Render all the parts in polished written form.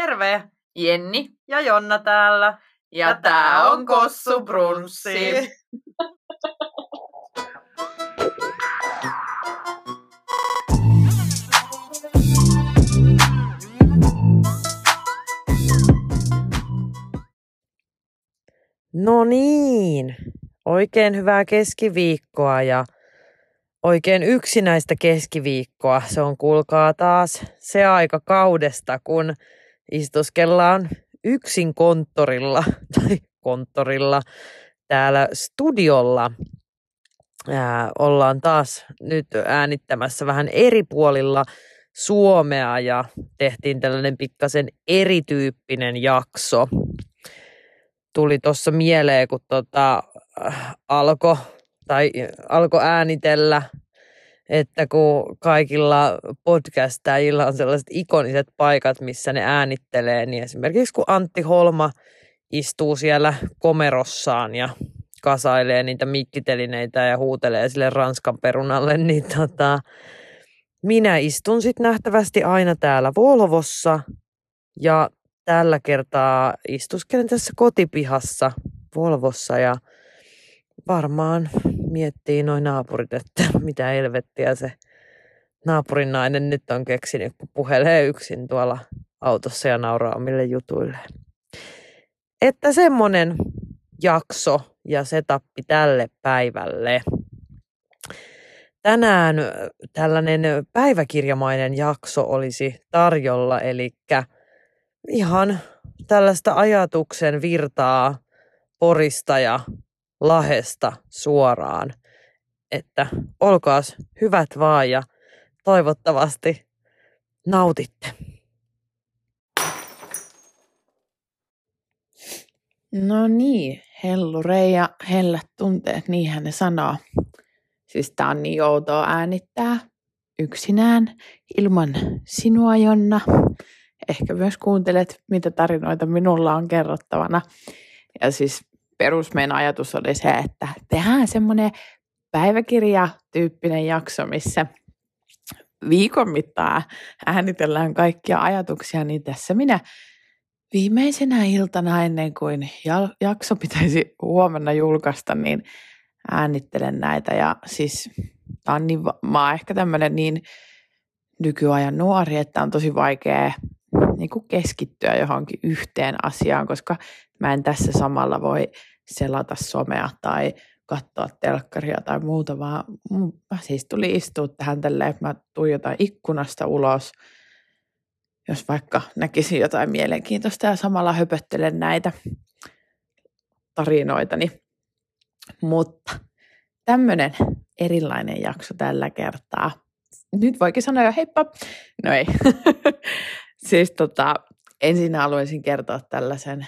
Terve! Jenni ja Jonna täällä. Ja tää on Kossu Brunssi. No niin, oikein hyvää keskiviikkoa ja oikein yksinäistä keskiviikkoa. Se on, kuulkaa, taas se aika kaudesta, kun istuskellaan yksin konttorilla täällä studiolla. Ollaan taas nyt äänittämässä vähän eri puolilla Suomea ja tehtiin tällainen pikkasen erityyppinen jakso. Tuli tuossa mieleen, kun alkoi äänitellä, että kun kaikilla podcastajilla on sellaiset ikoniset paikat, missä ne äänittelee, niin esimerkiksi kun Antti Holma istuu siellä komerossaan ja kasailee niitä mikkitelineitä ja huutelee sille Ranskan perunalle, niin minä istun sitten nähtävästi aina täällä Volvossa ja tällä kertaa istuskelen tässä kotipihassa Volvossa ja varmaan miettii noi naapurit, että mitä helvettiä se naapurin nainen nyt on keksinyt, kun puhelee yksin tuolla autossa ja nauraa omille jutuille. Että semmonen jakso ja setappi tälle päivälle. Tänään tällainen päiväkirjamainen jakso olisi tarjolla, eli ihan tällaista ajatuksen virtaa Porista ja Lahesta suoraan, että olkaas hyvät vaan ja toivottavasti nautitte. No niin, hellurei ja hellät tunteet, niinhän ne sanoo. Siis tää on niin outoa äänittää yksinään ilman sinua, Jonna. Ehkä myös kuuntelet, mitä tarinoita minulla on kerrottavana. Ja siis perusmeidän ajatus oli se, että tehdään semmoinen päiväkirjatyyppinen jakso, missä viikon mittaan äänitellään kaikkia ajatuksia, niin tässä minä viimeisenä iltana ennen kuin jakso pitäisi huomenna julkaista, niin äänittelen näitä. Ja siis mä oon ehkä tämmöinen niin nykyajan nuori, että on tosi vaikea niin kuin keskittyä johonkin yhteen asiaan, koska mä en tässä samalla voi selata somea tai katsoa telkkaria tai muuta, vaan mä siis tuli istua tähän tälleen, että mä tuijotan ikkunasta ulos, jos vaikka näkisin jotain mielenkiintoista ja samalla höpöttelen näitä tarinoitani. Mutta tämmöinen erilainen jakso tällä kertaa. Nyt voikin sanoa jo heippa. No ei. Siis ensin haluaisin kertoa tällaisen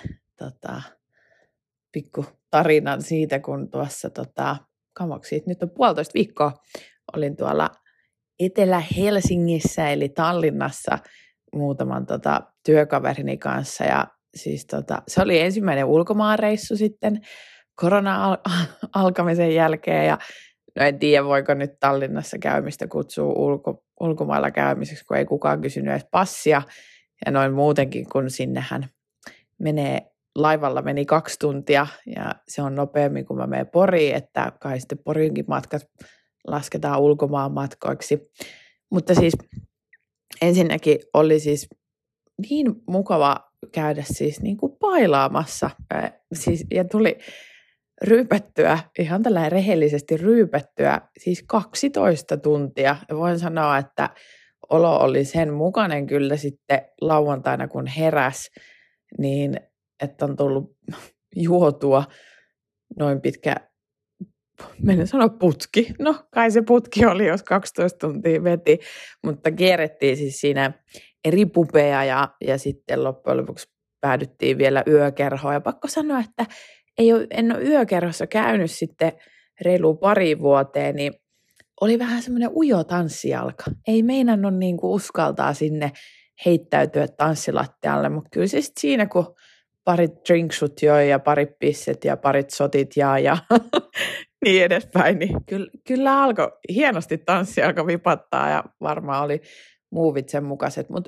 pikku tarinan siitä, kun tuossa nyt on 1,5 viikkoa, olin tuolla Etelä-Helsingissä eli Tallinnassa muutaman työkaverini kanssa ja siis se oli ensimmäinen ulkomaanreissu sitten korona alkamisen jälkeen ja no en tiedä voiko nyt Tallinnassa käymistä kutsua ulkomailla käymiseksi, kun ei kukaan kysynyt edes passia ja noin muutenkin, kun sinnehän laivalla meni 2 tuntia ja se on nopeammin kuin mä menen Poriin, että kai sitten Poriinkin matkat lasketaan ulkomaan matkoiksi. Mutta siis ensinnäkin oli siis niin mukava käydä siis niin kuin bailaamassa ja tuli ryypättyä, ihan tällainen rehellisesti ryypättyä, siis 12 tuntia. Ja voin sanoa, että olo oli sen mukainen kyllä sitten lauantaina, kun heräs, niin että on tullut juotua noin pitkä, menen sanoa putki. No kai se putki oli, jos 12 tuntia veti, mutta kierrettiin siis siinä eri pubeja ja sitten loppujen lopuksi päädyttiin vielä yökerhoon. Ja pakko sanoa, että en ole yökerhossa käynyt sitten reilu 2 vuoteen, niin oli vähän semmoinen ujo tanssijalka. Ei meinannut niin kuin uskaltaa sinne heittäytyä tanssilattialle, mutta kyllä se sitten siinä, kun parit drinksut joi ja parit pisset ja parit sotit ja niin edespäin, niin kyllä alkoi hienosti tanssi alkoi vipattaa ja varmaan oli muuvit sen mukaiset, mutta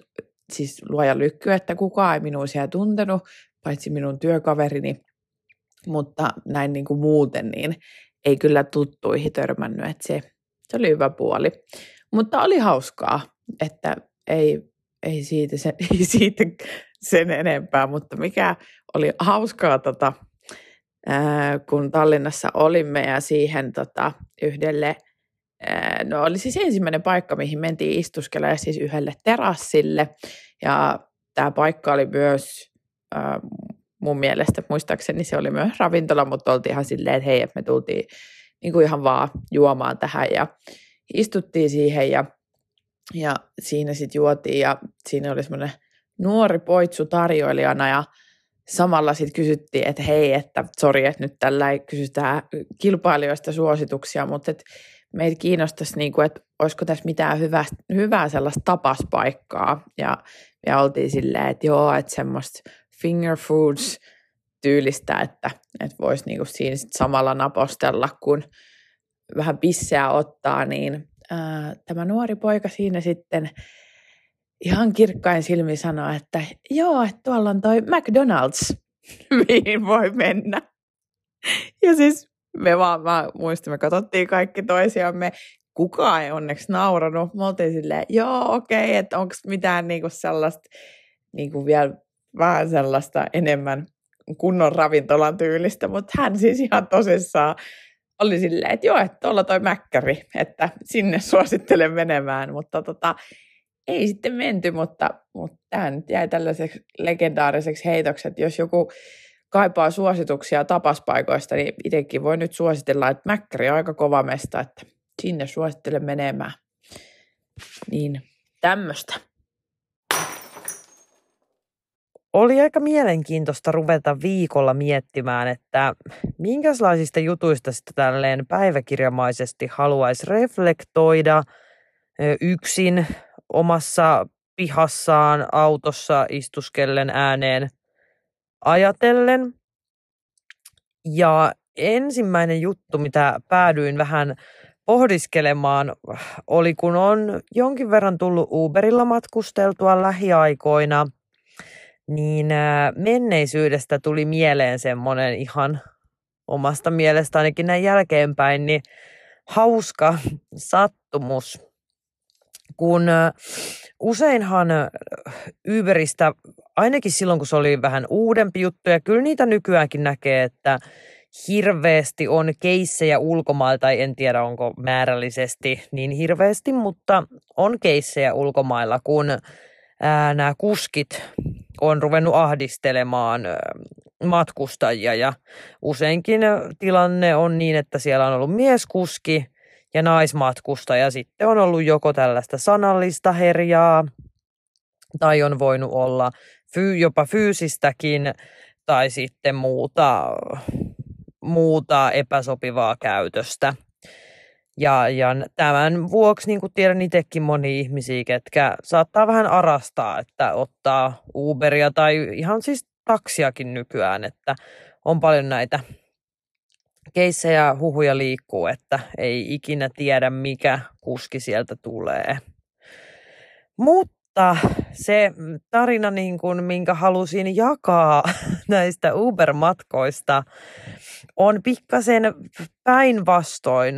siis luoja lykkyä, että kukaan ei minua siellä tuntenut, paitsi minun työkaverini, mutta näin niin kuin muuten, niin ei kyllä tuttuihin törmännyt, että se oli hyvä puoli. Mutta oli hauskaa, että ei siitä sen enempää, mutta mikä oli hauskaa, kun Tallinnassa olimme ja siihen yhdelle, no oli siis ensimmäinen paikka, mihin mentiin istuskelemaan siis yhdelle terassille ja tämä paikka oli myös mun mielestä, muistaakseni se oli myös ravintola, mutta oltiin ihan silleen, että hei, että me tultiin niin kuin ihan vaan juomaan tähän ja istuttiin siihen ja siinä sitten juotiin ja siinä oli semmoinen nuori poitsu tarjoilijana ja samalla sitten kysyttiin, että hei, että sori, että nyt tällä ei kysytään kilpailijoista suosituksia, mutta että meitä kiinnostaisi, niin kuin, että olisiko tässä mitään hyvää sellaista tapaspaikkaa ja oltiin silleen, että joo, että semmoista finger foods tyylistä, että voisi niin kuin siinä sit samalla napostella, kun vähän pisseä ottaa, niin tämä nuori poika siinä sitten ihan kirkkain silmin sanoi, että joo, että tuolla on toi McDonald's, mihin voi mennä. Ja siis mä muistin, me katsottiin kaikki toisiamme, kukaan ei onneksi nauranut. Me oltiin silleen, joo, okei, että onko mitään niinku sellaista, niinku vielä vähän sellaista enemmän kunnon ravintolan tyylistä, mutta hän siis ihan tosissaan oli silleen, että joo, että tuolla toi mäkkäri, että sinne suosittelen menemään, mutta ei sitten menty, mutta tämä nyt jäi tällaiseksi legendaariseksi heitoksi, että jos joku kaipaa suosituksia tapaspaikoista, niin itsekin voi nyt suositella, että mäkkäri on aika kova mesta, että sinne suosittelen menemään. Niin tämmöistä. Oli aika mielenkiintoista ruveta viikolla miettimään, että minkälaisista jutuista sitä tälleen päiväkirjamaisesti haluaisi reflektoida yksin omassa pihassaan autossa istuskellen ääneen ajatellen. Ja ensimmäinen juttu, mitä päädyin vähän pohdiskelemaan, oli kun on jonkin verran tullut Uberilla matkusteltua lähiaikoina, niin menneisyydestä tuli mieleen semmoinen ihan omasta mielestä ainakin näin jälkeenpäin, niin hauska sattumus. Kun useinhan Uberistä, ainakin silloin kun se oli vähän uudempi juttu, ja kyllä niitä nykyäänkin näkee, että hirveästi on keissejä ulkomailta, tai en tiedä onko määrällisesti niin hirveästi, mutta on keissejä ulkomailla, kun nämä kuskit on ruvennut ahdistelemaan matkustajia, ja useinkin tilanne on niin, että siellä on ollut mieskuski ja naismatkustaja, sitten on ollut joko tällaista sanallista herjaa, tai on voinut olla jopa fyysistäkin, tai sitten muuta epäsopivaa käytöstä. Ja tämän vuoksi, niin kuin tiedän itsekin monia ihmisiä, ketkä saattaa vähän arastaa, että ottaa Uberia tai ihan siis taksiakin nykyään, että on paljon näitä keissejä, huhuja liikkuu, että ei ikinä tiedä, mikä kuski sieltä tulee. Mutta se tarina, niin kuin, minkä halusin jakaa näistä Uber-matkoista, on pikkasen päinvastoin,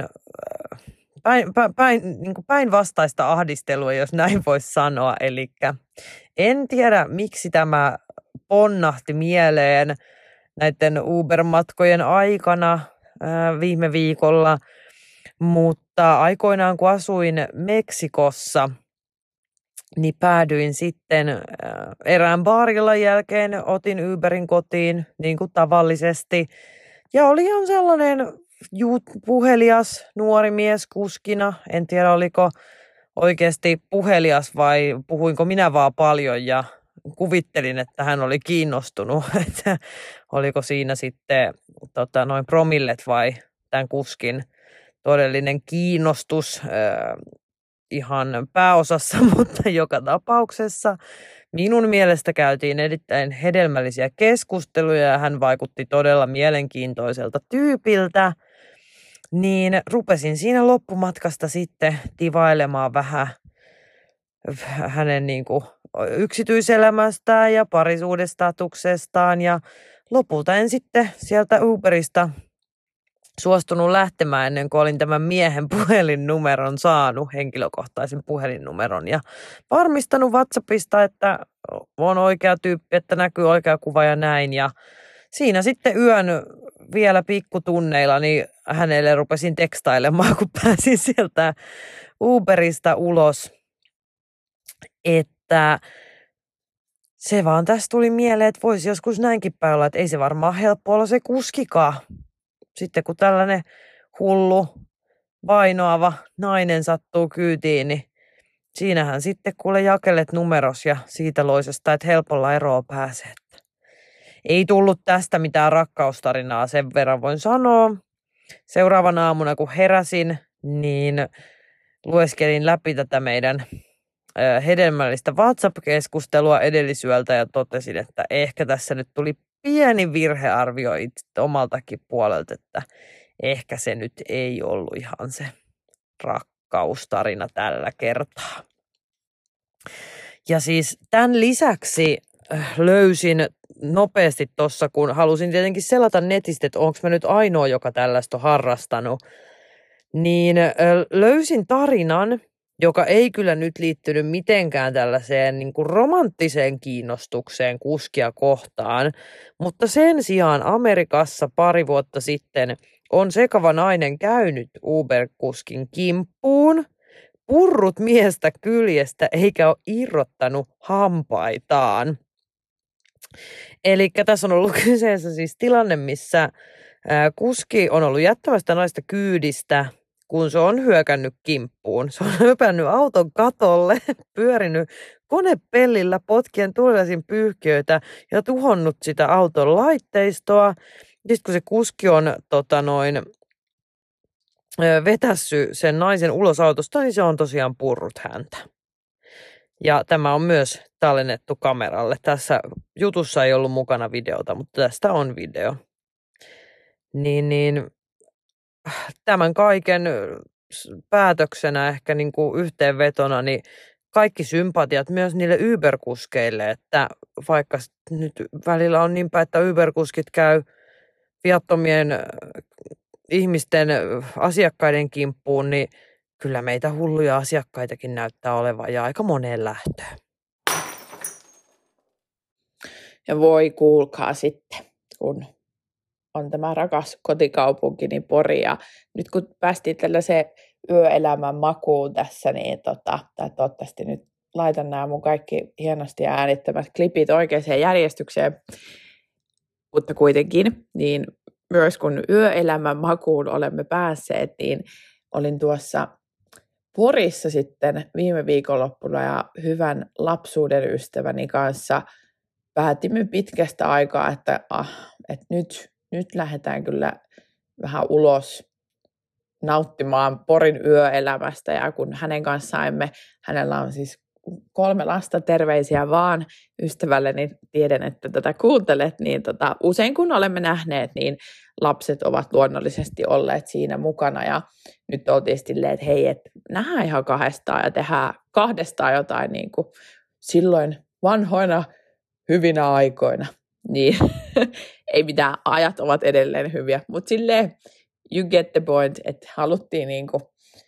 päinvastaista ahdistelua, jos näin voisi sanoa. Eli en tiedä, miksi tämä ponnahti mieleen näiden Uber-matkojen aikana viime viikolla, mutta aikoinaan kun asuin Meksikossa, niin päädyin sitten erään baarillan jälkeen, otin Uberin kotiin niin kuin tavallisesti. Ja oli ihan sellainen puhelias nuori mies kuskina. En tiedä, oliko oikeasti puhelias vai puhuinko minä vaan paljon ja kuvittelin, että hän oli kiinnostunut. Että oliko siinä sitten noin promillet vai tämän kuskin todellinen kiinnostus ihan pääosassa, mutta joka tapauksessa minun mielestä käytiin erittäin hedelmällisiä keskusteluja ja hän vaikutti todella mielenkiintoiselta tyypiltä, niin rupesin siinä loppumatkasta sitten tivailemaan vähän hänen niin kuin yksityiselämästään ja parisuudestatuksestaan. Ja lopulta en sitten sieltä Uberista suostunut lähtemään ennen kuin olin tämän miehen puhelinnumeron saanut, henkilökohtaisen puhelinnumeron, ja varmistanut WhatsAppista, että on oikea tyyppi, että näkyy oikea kuva ja näin. Ja siinä sitten yön vielä pikkutunneilla niin hänelle rupesin tekstailemaan, kun pääsin sieltä Uberista ulos, että se vaan tästä tuli mieleen, että voisi joskus näinkin päin olla, että ei se varmaan helppo olla se kuskikaan. Sitten kun tällainen hullu, vainoava nainen sattuu kyytiin, niin siinähän sitten kuule jakelet numeros ja siitä loisesta, että helpolla eroa pääsee. Ei tullut tästä mitään rakkaustarinaa, sen verran voin sanoa. Seuraavana aamuna kun heräsin, niin lueskelin läpi tätä meidän hedelmällistä WhatsApp-keskustelua edellisyöltä ja totesin, että ehkä tässä nyt tuli pieni virhearvio itse omaltakin puolelta, että ehkä se nyt ei ollut ihan se rakkaustarina tällä kertaa. Ja siis tämän lisäksi löysin nopeasti tuossa, kun halusin tietenkin selata netistä, että onko mä nyt ainoa, joka tällaista on harrastanut, niin löysin tarinan, joka ei kyllä nyt liittynyt mitenkään tällaiseen niin kuin romanttiseen kiinnostukseen kuskia kohtaan, mutta sen sijaan Amerikassa pari vuotta sitten on sekava nainen käynyt Uber-kuskin kimppuun, purrut miestä kyljestä eikä ole irrottanut hampaitaan. Eli tässä on ollut kyseessä siis tilanne, missä kuski on ollut jättämästä naista kyydistä, kun se on hyökännyt kimppuun. Se on hypännyt auton katolle, pyörinyt konepellillä potkien tulilasin pyyhkiöitä ja tuhonnut sitä auton laitteistoa. Sitten kun se kuski on vetässyt sen naisen ulos autosta, niin se on tosiaan purrut häntä. Ja tämä on myös tallennettu kameralle. Tässä jutussa ei ollut mukana videota, mutta tästä on video. Niin tämän kaiken päätöksenä ehkä niin kuin yhteenvetona, niin kaikki sympatiat myös niille Uber-kuskeille, että vaikka nyt välillä on niin päin, että Uber-kuskit käy viattomien ihmisten asiakkaiden kimppuun, niin kyllä meitä hulluja asiakkaitakin näyttää olevan ja aika moneen lähtöön. Ja voi kuulkaa sitten, kun on tämä rakas kotikaupunkini Pori. Ja nyt kun päästiin tällaiseen yöelämän makuun tässä, niin toivottavasti nyt laitan nämä mun kaikki hienosti äänittämät klipit oikeaan järjestykseen. Mutta kuitenkin, niin myös kun yöelämän makuun olemme päässeet, niin olin tuossa Porissa sitten viime viikonloppuna ja hyvän lapsuuden ystäväni kanssa päätimme pitkästä aikaa, että nyt lähdetään kyllä vähän ulos nauttimaan Porin yöelämästä. Ja kun hänen kanssaan hänellä on siis 3 lasta, terveisiä vaan ystävälle, niin tiedän, että tätä kuuntelet, niin usein kun olemme nähneet, niin lapset ovat luonnollisesti olleet siinä mukana. Ja nyt oltiin silleen, että hei, että nähdään ihan 2 ja tehdään 2 jotain niin kuin silloin vanhoina hyvinä aikoina. Niin ei mitään, ajat ovat edelleen hyviä, mutta silleen you get the point, että haluttiin niinku,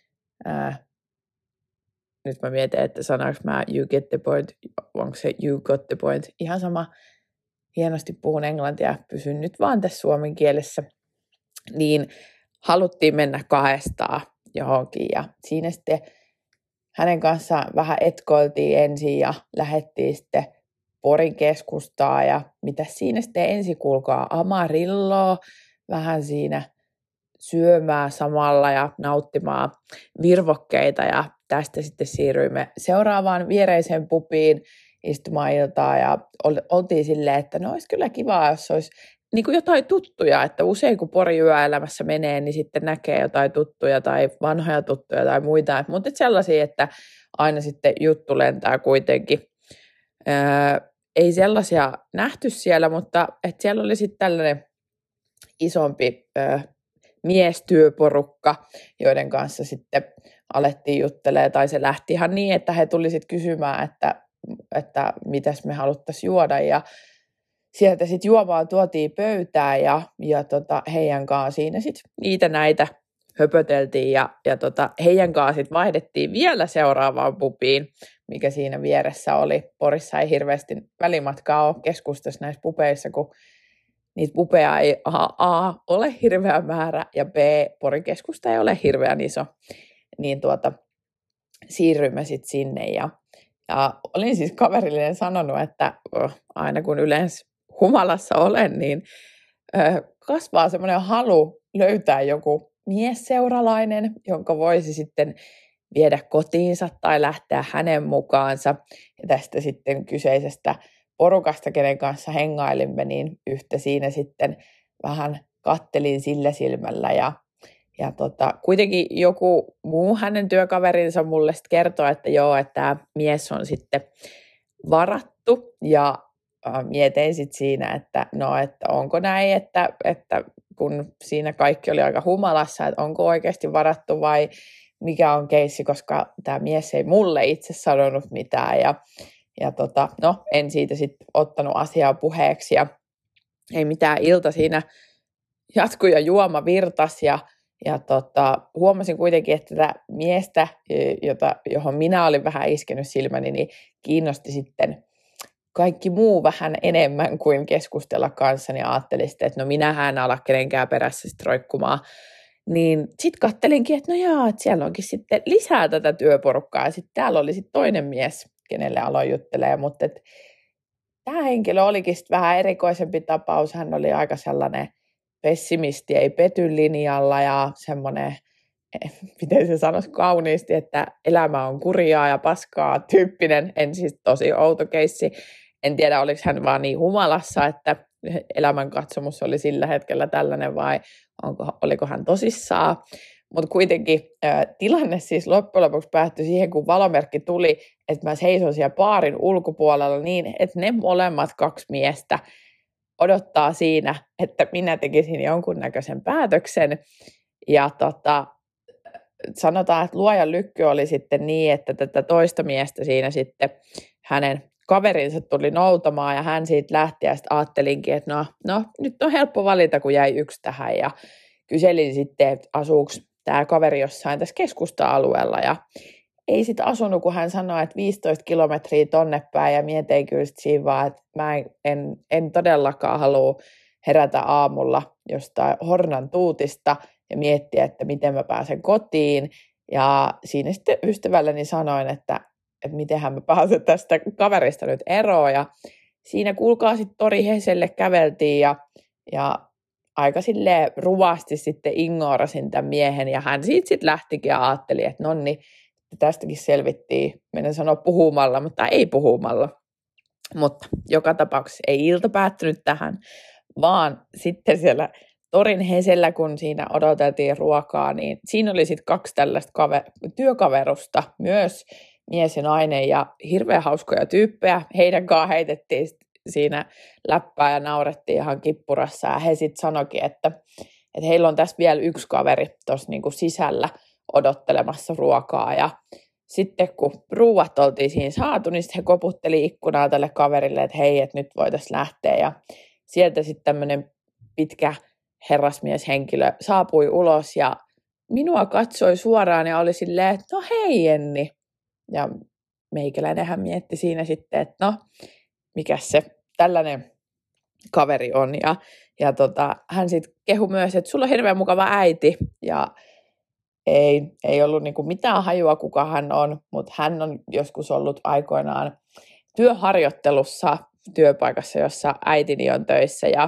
nyt mä mietin, että sanoinko mä you get the point, onko se you got the point, ihan sama, hienosti puhun englantia, pysyn nyt vaan tässä suomen kielessä, niin haluttiin mennä 2 johonkin ja siinä sitten hänen kanssaan vähän etkoiltiin ensin ja lähdettiin sitten Porin keskustaa ja mitä siinä sitten ensi kuulkaa Amarilloa, vähän siinä syömään samalla ja nauttimaan virvokkeita ja tästä sitten siirryimme seuraavaan viereiseen pubiin istumaan iltaa ja oltiin silleen, että no olisi kyllä kiva, jos olisi niin kuin jotain tuttuja, että usein kun Porin yöelämässä menee, niin sitten näkee jotain tuttuja tai vanhoja tuttuja tai muita, mutta sellaisia, että aina sitten juttu lentää kuitenkin. Ei sellaisia nähty siellä, mutta että siellä oli sitten tällainen isompi miestyöporukka, joiden kanssa sitten alettiin juttelemaan, tai se lähti ihan niin, että he tuli sitten kysymään, että mitäs me haluttaisiin juoda, ja sieltä sitten juomaa tuotiin pöytään, ja heidän kanssaan siinä sitten niitä näitä höpöteltiin, ja heidän kanssaan sitten vaihdettiin vielä seuraavaan pubiin, mikä siinä vieressä oli. Porissa ei hirveästi välimatkaa ole keskustassa näissä pubeissa, kun niitä pubeja ei A ole hirveä määrä, ja B, Porin keskusta ei ole hirveän iso, niin siirryimme sitten sinne, ja olin siis kaverillinen sanonut, että aina kun yleensä humalassa olen, niin kasvaa semmoinen halu löytää joku miesseuralainen, jonka voisi sitten viedä kotiinsa tai lähteä hänen mukaansa. Ja tästä sitten kyseisestä porukasta, kenen kanssa hengailimme, niin yhtä siinä sitten vähän kattelin sillä silmällä. Ja kuitenkin joku muu hänen työkaverinsa mulle sitten kertoi, että joo, että tämä mies on sitten varattu. Ja mietin sitten siinä, että onko näin, että kun siinä kaikki oli aika humalassa, että onko oikeasti varattu vai mikä on keissi, koska tämä mies ei mulle itse sanonut mitään. Ja en siitä sitten ottanut asiaa puheeksi ja ei mitään, ilta siinä jatkui ja juoma virtas ja huomasin kuitenkin, että tätä miestä, johon minä olin vähän iskenyt silmäni, niin kiinnosti sitten kaikki muu vähän enemmän kuin keskustella kanssani, ja ajattelin sitten, että minähän en ala kenenkään perässä sitten roikkumaan. Niin sitten kattelinkin, että että siellä onkin sitten lisää tätä työporukkaa, ja sitten täällä oli sitten toinen mies, kenelle aloin juttelemaan, mutta tämä henkilö olikin sitten vähän erikoisempi tapaus. Hän oli aika sellainen pessimisti, ei pety linjalla ja semmoinen, miten se sanoisi kauniisti, että elämä on kurjaa ja paskaa tyyppinen. En siis tosi outo keissi. En tiedä, oliko hän vaan niin humalassa, että elämänkatsomus oli sillä hetkellä tällainen vai oliko hän tosissaan. Mutta kuitenkin tilanne siis loppujen lopuksi päättyi siihen, kun valomerkki tuli, että mä seisoin siellä baarin ulkopuolella niin, että ne molemmat kaksi miestä odottaa siinä, että minä tekisin jonkunnäköisen päätöksen. Ja sanotaan, että luojan lykky oli sitten niin, että tätä toista miestä siinä sitten hänen kaverinsa tuli noutamaan ja hän siitä lähti ja sitten ajattelinkin, että nyt on helppo valita, kun jäi yksi tähän ja kyselin sitten, että asuuko tämä kaveri jossain tässä keskusta-alueella ja ei sitten asunut, kun hän sanoi, että 15 kilometriä tonne päin ja mietin kyllä siinä vaan, että mä en todellakaan halua herätä aamulla jostain Hornan tuutista ja miettiä, että miten mä pääsen kotiin. Ja siinä sitten ystävälleni sanoin, että mitenhän mä pääsen tästä kaverista nyt eroon. Ja siinä kuulkaa sitten Tori Heselle käveltiin ja aika silleen ruvasti sitten ignorasin tämän miehen. Ja hän siitä sitten lähtikin ja ajatteli, että nonni, tästäkin selvittiin, menen sanoa puhumalla, mutta ei puhumalla. Mutta joka tapauksessa ei ilta päättynyt tähän, vaan sitten siellä Torin Hesellä, kun siinä odoteltiin ruokaa, niin siinä oli sitten kaksi tällaista työkaverusta, myös mies ja nainen, ja hirveän hauskoja tyyppejä. Heidän kanssaan heitettiin siinä läppää ja naurettiin ihan kippurassa, ja he sitten sanoikin, että heillä on tässä vielä yksi kaveri tuossa niinku sisällä odottelemassa ruokaa, ja sitten kun ruuat oltiin siinä saatu, niin he koputteli ikkunaa tälle kaverille, että hei, että nyt voitaisiin lähteä, ja sieltä sitten tämmöinen pitkä herrasmieshenkilö saapui ulos, ja minua katsoi suoraan, ja oli silleen, että no hei Jenni, ja meikäläinenhän mietti siinä sitten, että mikä se tällainen kaveri on, ja hän sitten kehui myös, että sulla on hirveän mukava äiti, ja ei ollut niinku mitään hajua, kuka hän on, mutta hän on joskus ollut aikoinaan työharjoittelussa työpaikassa, jossa äitini on töissä, ja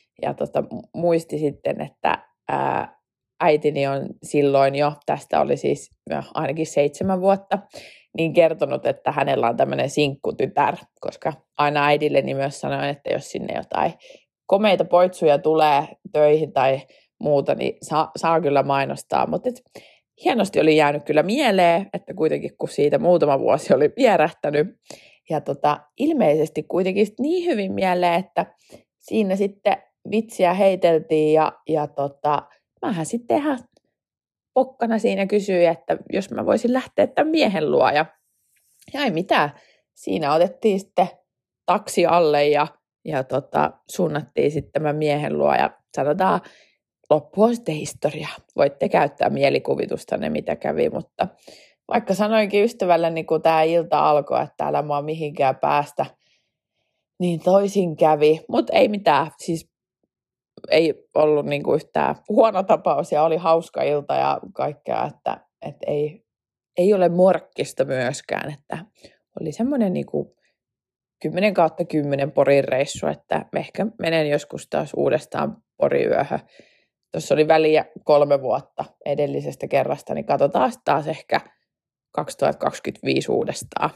muisti sitten, että äitini on silloin jo, tästä oli siis ainakin 7 vuotta, niin kertonut, että hänellä on tämmöinen sinkkutytär, koska aina äidilleni myös sanoin, että jos sinne jotain komeita poitsuja tulee töihin tai muuta, niin saa kyllä mainostaa, mutta hienosti oli jäänyt kyllä mieleen, että kuitenkin kun siitä muutama vuosi oli vierähtänyt, ja ilmeisesti kuitenkin niin hyvin mieleen, että siinä sitten vitsiä heiteltiin, ja mähän sitten ihan pokkana siinä kysyin, että jos mä voisin lähteä tämän miehen luo. Ja ei mitään. Siinä otettiin sitten taksi alle ja suunnattiin sitten tämän miehen luo. Ja sanotaan, loppu on sitten historiaa. Voitte käyttää mielikuvitustanne, mitä kävi, mutta vaikka sanoinkin ystävälleni, kun tämä ilta alkoi, että älä mua mihinkään päästä, niin toisin kävi. Mutta ei mitään, siis ei ollut niinku yhtään huono tapaus ja oli hauska ilta ja kaikkea, että ei ole morkkista myöskään, että oli semmoinen niinku 10/10 Porin reissu, että ehkä menen joskus taas uudestaan Poriyöhön. Tuossa oli väliä 3 vuotta edellisestä kerrasta, niin katsotaan taas ehkä 2025 uudestaan.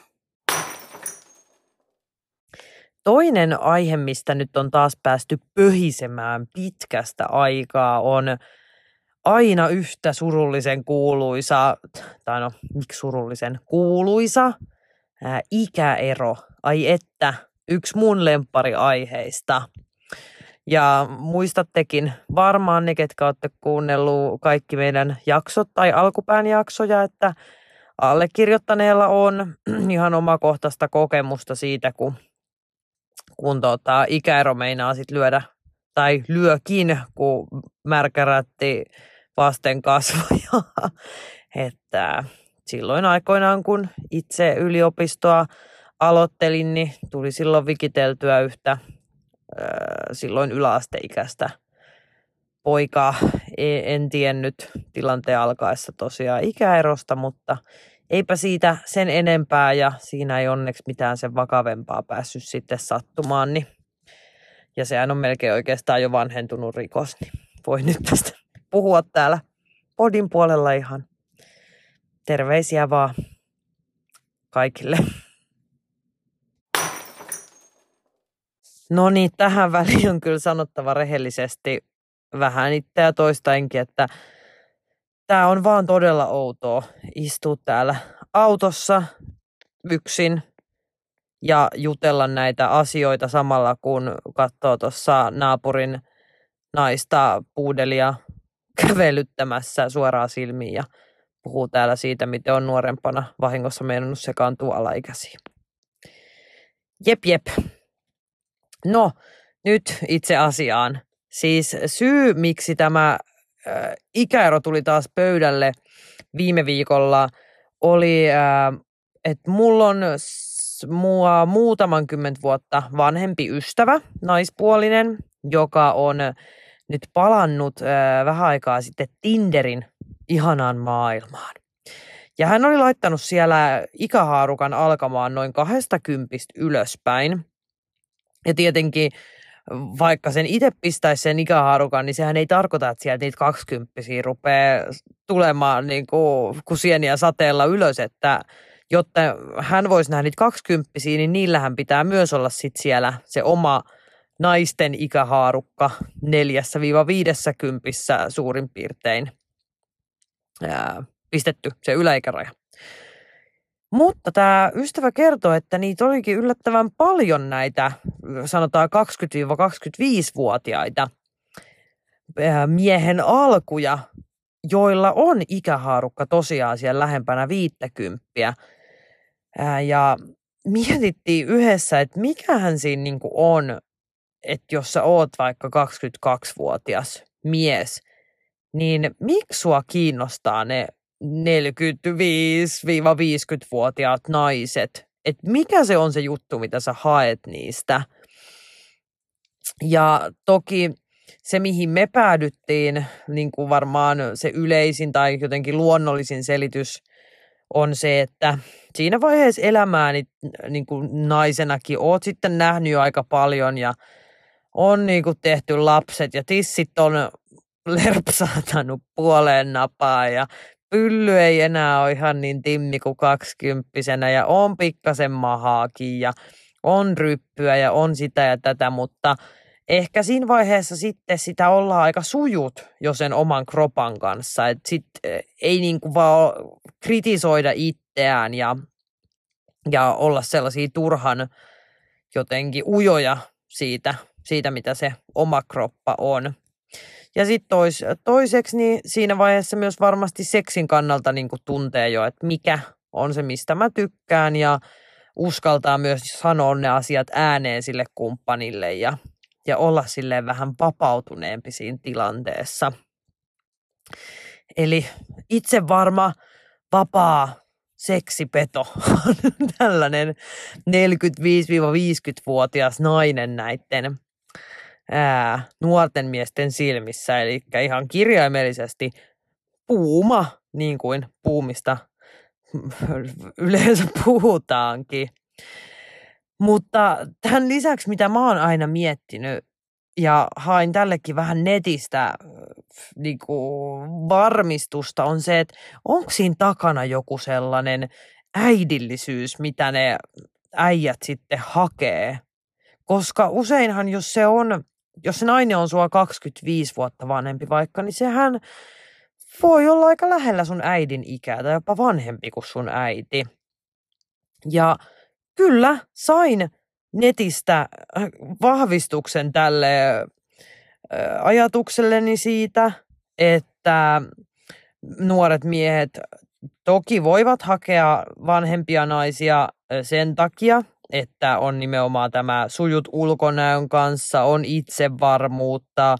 Toinen aihe, mistä nyt on taas päästy pöhisemään pitkästä aikaa, on aina yhtä surullisen kuuluisa, tai no, miksi surullisen kuuluisa, ikäero. Ai että, yksi mun lemppariaiheista. Ja muistattekin varmaan ne, ketkä olette kuunnellut kaikki meidän jaksot tai alkupään jaksoja, että allekirjoittaneella on ihan omakohtaista kokemusta siitä, kun ikäero meinaa sit lyödä, tai lyökin, kun märkärätti vasten kasvoja. Että silloin aikoinaan, kun itse yliopistoa aloittelin, niin tuli silloin vikiteltyä yhtä silloin yläasteikäistä poikaa. En tiennyt tilanteen alkaessa tosiaan ikäerosta, mutta eipä siitä sen enempää ja siinä ei onneksi mitään sen vakavempaa päässyt sitten sattumaan. Niin. Ja sehän on melkein oikeastaan jo vanhentunut rikos, niin voi nyt tästä puhua täällä podin puolella ihan. Terveisiä vaan kaikille. No niin, tähän väliin on kyllä sanottava rehellisesti vähän itseä toistaenkin, että tämä on vaan todella outoa istua täällä autossa yksin ja jutella näitä asioita samalla, kun katsoo tuossa naapurin naista puudelia kävelyttämässä suoraan silmiin ja puhuu täällä siitä, miten on nuorempana vahingossa meinannut sekaantua alaikäisiin. Jep. No, nyt itse asiaan. Siis syy, miksi tämä ikäero tuli taas pöydälle viime viikolla, oli, että mulla on muutaman 10 vuotta vanhempi ystävä, naispuolinen, joka on nyt palannut vähän aikaa sitten Tinderin ihanaan maailmaan. Ja hän oli laittanut siellä ikähaarukan alkamaan noin 20 ylöspäin. Ja tietenkin vaikka sen itse pistäisi sen ikähaarukan, niin sehän ei tarkoita, että sieltä niitä 20-vuotiaita rupeaa tulemaan niin kuin sieniä sateella ylös, että jotta hän voisi nähdä niitä 20-vuotiaita, niin niillähän pitää myös olla sit siellä se oma naisten ikähaarukka 4-50 suurin piirtein pistetty se yläikäraja. Mutta tämä ystävä kertoi, että niitä olikin yllättävän paljon näitä, sanotaan 20-25-vuotiaita miehen alkuja, joilla on ikähaarukka tosiaan siellä lähempänä 50. Ja mietittiin yhdessä, että mikähän siinä niinku on, että jos sä oot vaikka 22-vuotias mies, niin miksi sua kiinnostaa ne 45-50-vuotiaat naiset, että mikä se on se juttu, mitä sä haet niistä. Ja toki se, mihin me päädyttiin, niin kuin varmaan se yleisin tai jotenkin luonnollisin selitys on se, että siinä vaiheessa elämää niin kuin naisenakin oot sitten nähnyt jo aika paljon ja on niin kuin tehty lapset ja tissit on lerpsahtanut puoleen napaan ja pylly ei enää ole ihan niin timmi kuin 20-vuotiaana ja on pikkasen mahaakin ja on ryppyä ja on sitä ja tätä, mutta ehkä siinä vaiheessa sitten sitä ollaan aika sujut jo sen oman kropan kanssa, että sitten ei niinku vaan kritisoida itseään ja olla sellaisia turhan jotenkin ujoja siitä mitä se oma kroppa on. Ja sitten toiseksi, niin siinä vaiheessa myös varmasti seksin kannalta niin kuin tuntee jo, että mikä on se, mistä mä tykkään ja uskaltaa myös sanoa ne asiat ääneen sille kumppanille ja olla silleen vähän vapautuneempi siinä tilanteessa. Eli itsevarma, vapaa seksipeto on tällainen 45-50-vuotias nainen näiden nuorten miesten silmissä. Eli ihan kirjaimellisesti puuma, niin kuin puumista yleensä puhutaankin. Mutta tämän lisäksi, mitä mä oon aina miettinyt, ja hain tällekin vähän netistä niin kuin varmistusta, on se, että onko siinä takana joku sellainen äidillisyys, mitä ne äijät sitten hakee. Koska useinhan, jos se nainen on sua 25 vuotta vanhempi vaikka, niin sehän voi olla aika lähellä sun äidin ikää tai jopa vanhempi kuin sun äiti. Ja kyllä sain netistä vahvistuksen tälle ajatukselleni siitä, että nuoret miehet toki voivat hakea vanhempia naisia sen takia, että on nimenomaan tämä sujut ulkonäön kanssa, on itsevarmuutta,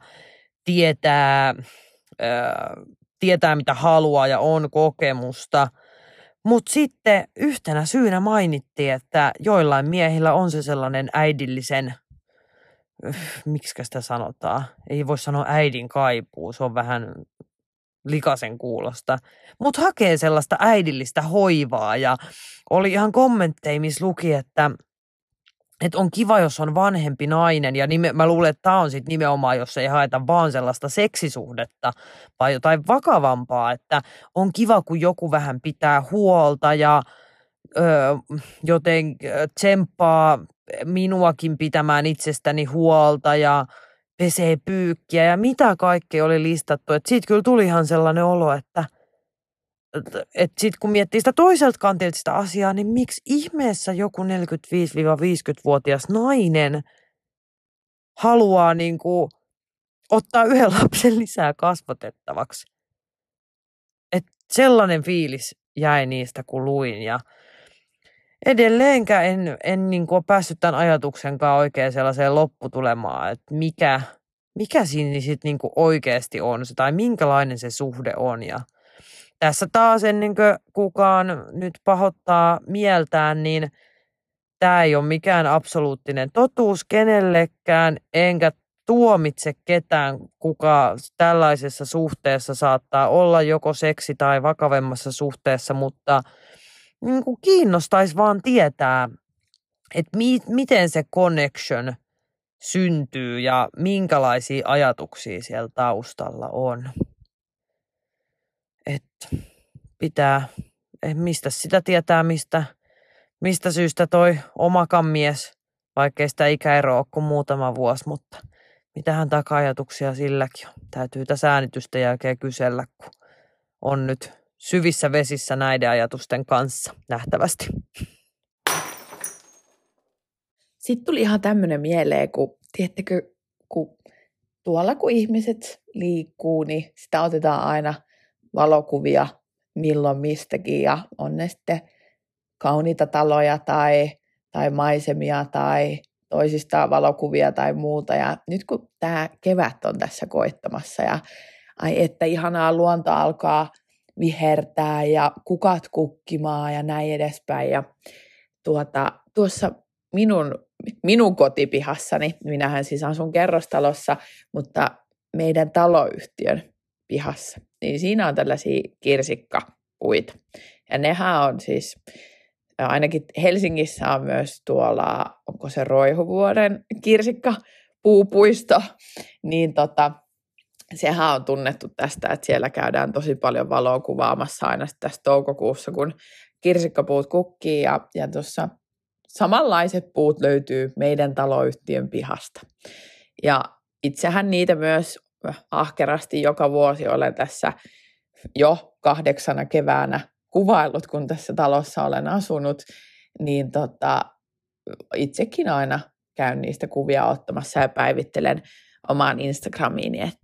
tietää mitä haluaa ja on kokemusta. Mutta sitten yhtenä syynä mainittiin, että joillain miehillä on se sellainen äidillisen, miksikä sitä sanotaan, ei voi sanoa äidin kaipuu, se on vähän likaisen kuulosta, mutta hakee sellaista äidillistä hoivaa ja oli ihan kommentteja, missä luki, että on kiva, jos on vanhempi nainen ja mä luulen, että tämä on sitten nimenomaan, jos ei haeta vaan sellaista seksisuhdetta vai jotain vakavampaa, että on kiva, kun joku vähän pitää huolta ja joten tsemppaa minuakin pitämään itsestäni huolta ja pesee pyykkiä ja mitä kaikkea oli listattu. Että siitä kyllä tuli ihan sellainen olo, että sitten kun miettii sitä toiselta kantilta sitä asiaa, niin miksi ihmeessä joku 45-50-vuotias nainen haluaa niin kuin ottaa yhden lapsen lisää kasvatettavaksi? Että sellainen fiilis jäi niistä, kun luin. Ja edelleenkään en niin kuin ole päässyt tämän ajatuksenkaan oikein sellaiseen lopputulemaan, että mikä siinä sitten niin kuin oikeasti on se, tai minkälainen se suhde on. Ja tässä taas ennen kuin kukaan nyt pahoittaa mieltään, niin tämä ei ole mikään absoluuttinen totuus kenellekään, enkä tuomitse ketään, kuka tällaisessa suhteessa saattaa olla joko seksi- tai vakavemmassa suhteessa, mutta niin kuin kiinnostaisi vaan tietää, että miten se connection syntyy ja minkälaisia ajatuksia siellä taustalla on. Että mistä sitä tietää, mistä syystä toi omakan mies, vaikkei sitä ikäeroa ole kuin muutama vuosi, mutta mitähän taka-ajatuksia silläkin on. Täytyy tässä äänitysten jälkeen kysellä, kun on nyt syvissä vesissä näiden ajatusten kanssa nähtävästi. Sitten tuli ihan tämmöinen mieleen, kun tiedättekö, kun ihmiset liikkuu, niin sitä otetaan aina valokuvia milloin mistäkin ja on ne sitten kauniita taloja tai maisemia tai toisistaan valokuvia tai muuta. Ja nyt kun tämä kevät on tässä koittamassa ja ai että ihanaa luonto alkaa vihertää ja kukat kukkimaan ja näin edespäin. Ja tuossa minun kotipihassani, minähän siis asun kerrostalossa, mutta meidän taloyhtiön pihassa, niin siinä on tällaisia kirsikkapuita. Ja nehän on siis, ainakin Helsingissä on myös tuolla, onko se Roihuvuoren kirsikkapuupuisto, niin sehän on tunnettu tästä, että siellä käydään tosi paljon valoa kuvaamassa aina tässä toukokuussa, kun kirsikkapuut kukkii ja tuossa samanlaiset puut löytyy meidän taloyhtiön pihasta. Ja itsehän niitä myös ahkerasti joka vuosi olen tässä jo 8 keväänä kuvaillut, kun tässä talossa olen asunut, niin itsekin aina käyn niistä kuvia ottamassa ja päivittelen omaan Instagramiini, että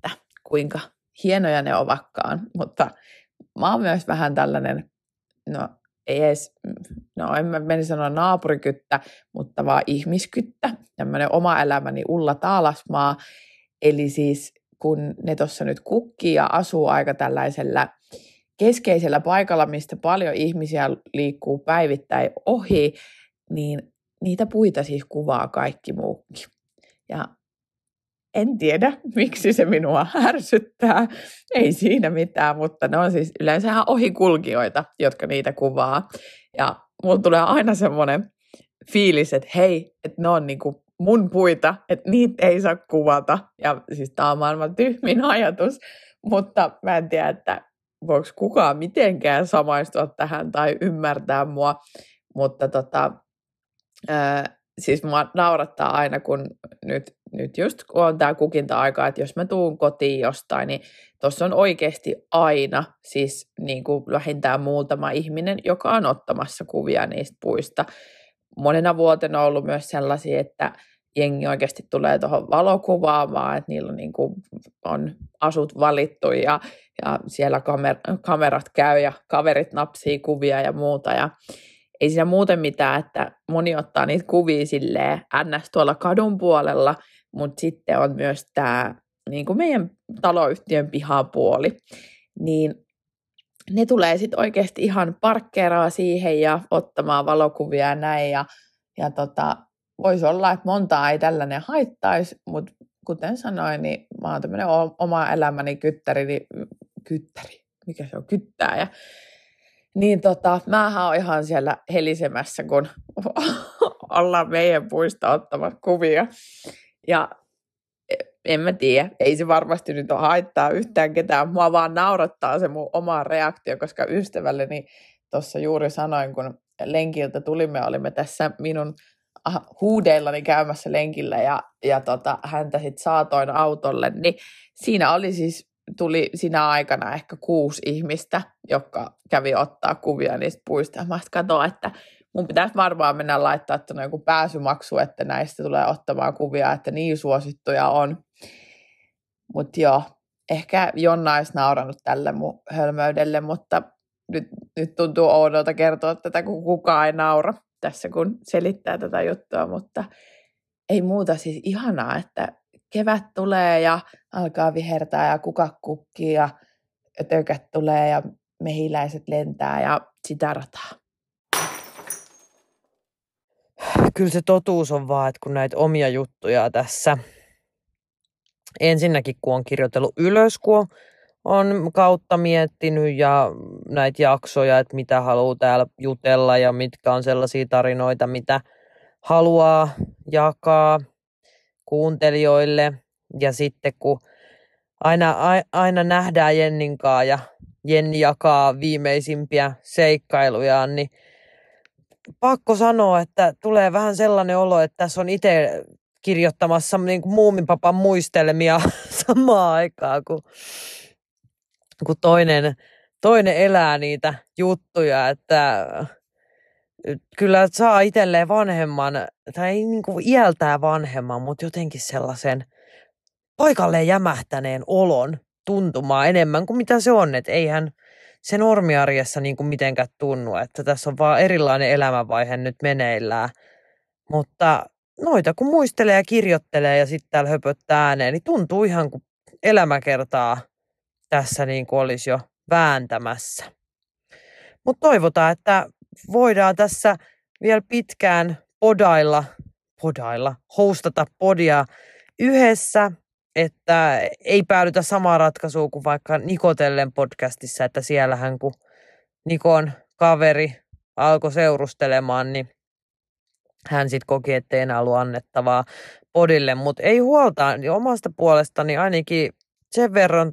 kuinka hienoja ne ovatkaan, mutta mä oon myös vähän tällainen, no ei edes, no en mä meni sanoa naapurikyttä, mutta vaan ihmiskyttä, tämmöinen oma elämäni Ulla Taalasmaa, eli siis kun ne tuossa nyt kukkii ja asuu aika tällaisella keskeisellä paikalla, mistä paljon ihmisiä liikkuu päivittäin ohi, niin niitä puita siis kuvaa kaikki muukin. Ja en tiedä, miksi se minua ärsyttää. Ei siinä mitään, mutta ne on siis yleensä ohikulkijoita, jotka niitä kuvaa. Ja mulla tulee aina semmoinen fiilis, että hei, että ne on niinku mun puita, että niitä ei saa kuvata. Ja siis tää on maailman tyhmin ajatus, mutta mä en tiedä, että voiko kukaan mitenkään samaistua tähän tai ymmärtää mua. Mutta siis mua naurattaa aina, kun nyt just kun on tää kukinta-aika, että jos mä tuun kotiin jostain, niin tuossa on oikeasti aina siis niin kuin vähintään muutama ihminen, joka on ottamassa kuvia niistä puista. Monena vuotena on ollut myös sellaisia, että jengi oikeasti tulee tuohon valokuvaamaan, että niillä on, niin kuin, on asut valittu ja siellä kamerat käy ja kaverit napsii kuvia ja muuta. Ja ei siinä muuten mitään, että moni ottaa niitä kuvia silleen ns. Tuolla kadun puolella, mutta sitten on myös tämä niin kuin meidän taloyhtiön pihapuoli. Niin ne tulee sitten oikeasti ihan parkkeeraa siihen ja ottamaan valokuvia ja näin. Ja voisi olla, että montaa ei tällainen haittaisi, mutta kuten sanoin, niin mä oon tämmöinen oma elämäni kyttääjä. Niin mähän oon ihan siellä helisemässä, kun ollaan meidän puista ottamat kuvia. Ja en mä tiedä, ei se varmasti nyt ole haittaa yhtään ketään. Mua vaan naurattaa se mun oma reaktio, koska ystävälleni tuossa juuri sanoin, kun lenkiltä tulimme, olimme tässä minun huudeillani käymässä lenkillä ja häntä sitten saatoin autolle, niin siinä oli siis tuli siinä aikana ehkä 6 ihmistä, jotka kävi ottaa kuvia niistä puista. Ja mä katsoin, että mun pitäisi varmaan mennä laittaa tuonne joku pääsymaksu, että näistä tulee ottamaan kuvia, että niin suosittuja on. Mutta joo, ehkä Jonna olisi naurannut tälle mun hölmöydelle, mutta nyt tuntuu oudolta kertoa tätä, kun kukaan ei naura tässä, kun selittää tätä juttua, mutta ei muuta, siis ihanaa, että kevät tulee ja alkaa vihertää ja kukat kukkii ja ötökät tulee ja mehiläiset lentää ja sitä rataa. Kyllä se totuus on vaan, että kun näitä omia juttuja tässä ensinnäkin kun on kirjoitellut ylös, kun on kautta miettinyt ja näitä jaksoja, että mitä haluaa täällä jutella ja mitkä on sellaisia tarinoita, mitä haluaa jakaa kuuntelijoille. Ja sitten kun aina nähdään Jenninkaa ja Jenni jakaa viimeisimpiä seikkailujaan, niin pakko sanoa, että tulee vähän sellainen olo, että tässä on itse kirjoittamassa niin kuin Muuminpapan muistelmia samaan aikaan, kun toinen elää niitä juttuja, että kyllä saa itselleen vanhemman, tai ei niin kuin iältään vanhemman, mutta jotenkin sellaisen paikalleen jämähtäneen olon tuntumaan enemmän kuin mitä se on, että eihän se normiarjessa niin kuin mitenkään tunnu, että tässä on vaan erilainen elämänvaihe nyt meneillään, mutta noita kun muistelee ja kirjoittelee ja sitten täällä höpöttää ääneen, niin tuntuu ihan kuin elämäkertaa tässä niin kuin olisi jo vääntämässä. Mutta toivotaan, että voidaan tässä vielä pitkään hostata podia yhdessä, että ei päädytä samaan ratkaisuun kuin vaikka Nikotellen podcastissa, että siellähän kun Nikon kaveri alkoi seurustelemaan, niin hän sitten koki, ettei enää ollut annettavaa podille, mutta ei huolta, niin omasta puolestani ainakin sen verran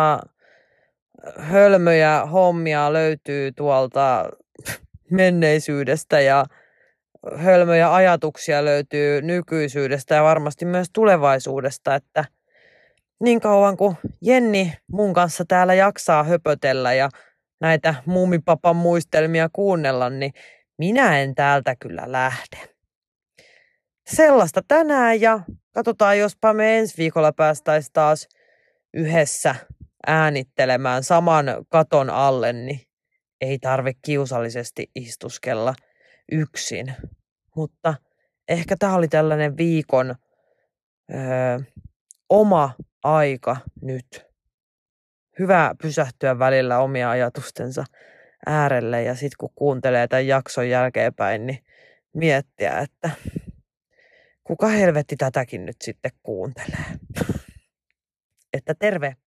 hölmöjä hommia löytyy tuolta menneisyydestä ja hölmöjä ajatuksia löytyy nykyisyydestä ja varmasti myös tulevaisuudesta, että niin kauan kuin Jenni mun kanssa täällä jaksaa höpötellä ja näitä Muumipapan muistelmia kuunnella, niin minä en täältä kyllä lähde. Sellaista tänään ja katsotaan, jospa me ensi viikolla päästäisiin taas yhdessä äänittelemään saman katon alle, niin ei tarvitse kiusallisesti istuskella yksin. Mutta ehkä tämä oli tällainen viikon oma aika nyt. Hyvä pysähtyä välillä omia ajatustensa äärelle ja sitten kun kuuntelee tämän jakson jälkeenpäin, niin miettiä, että kuka helvetti tätäkin nyt sitten kuuntelee. Että terve!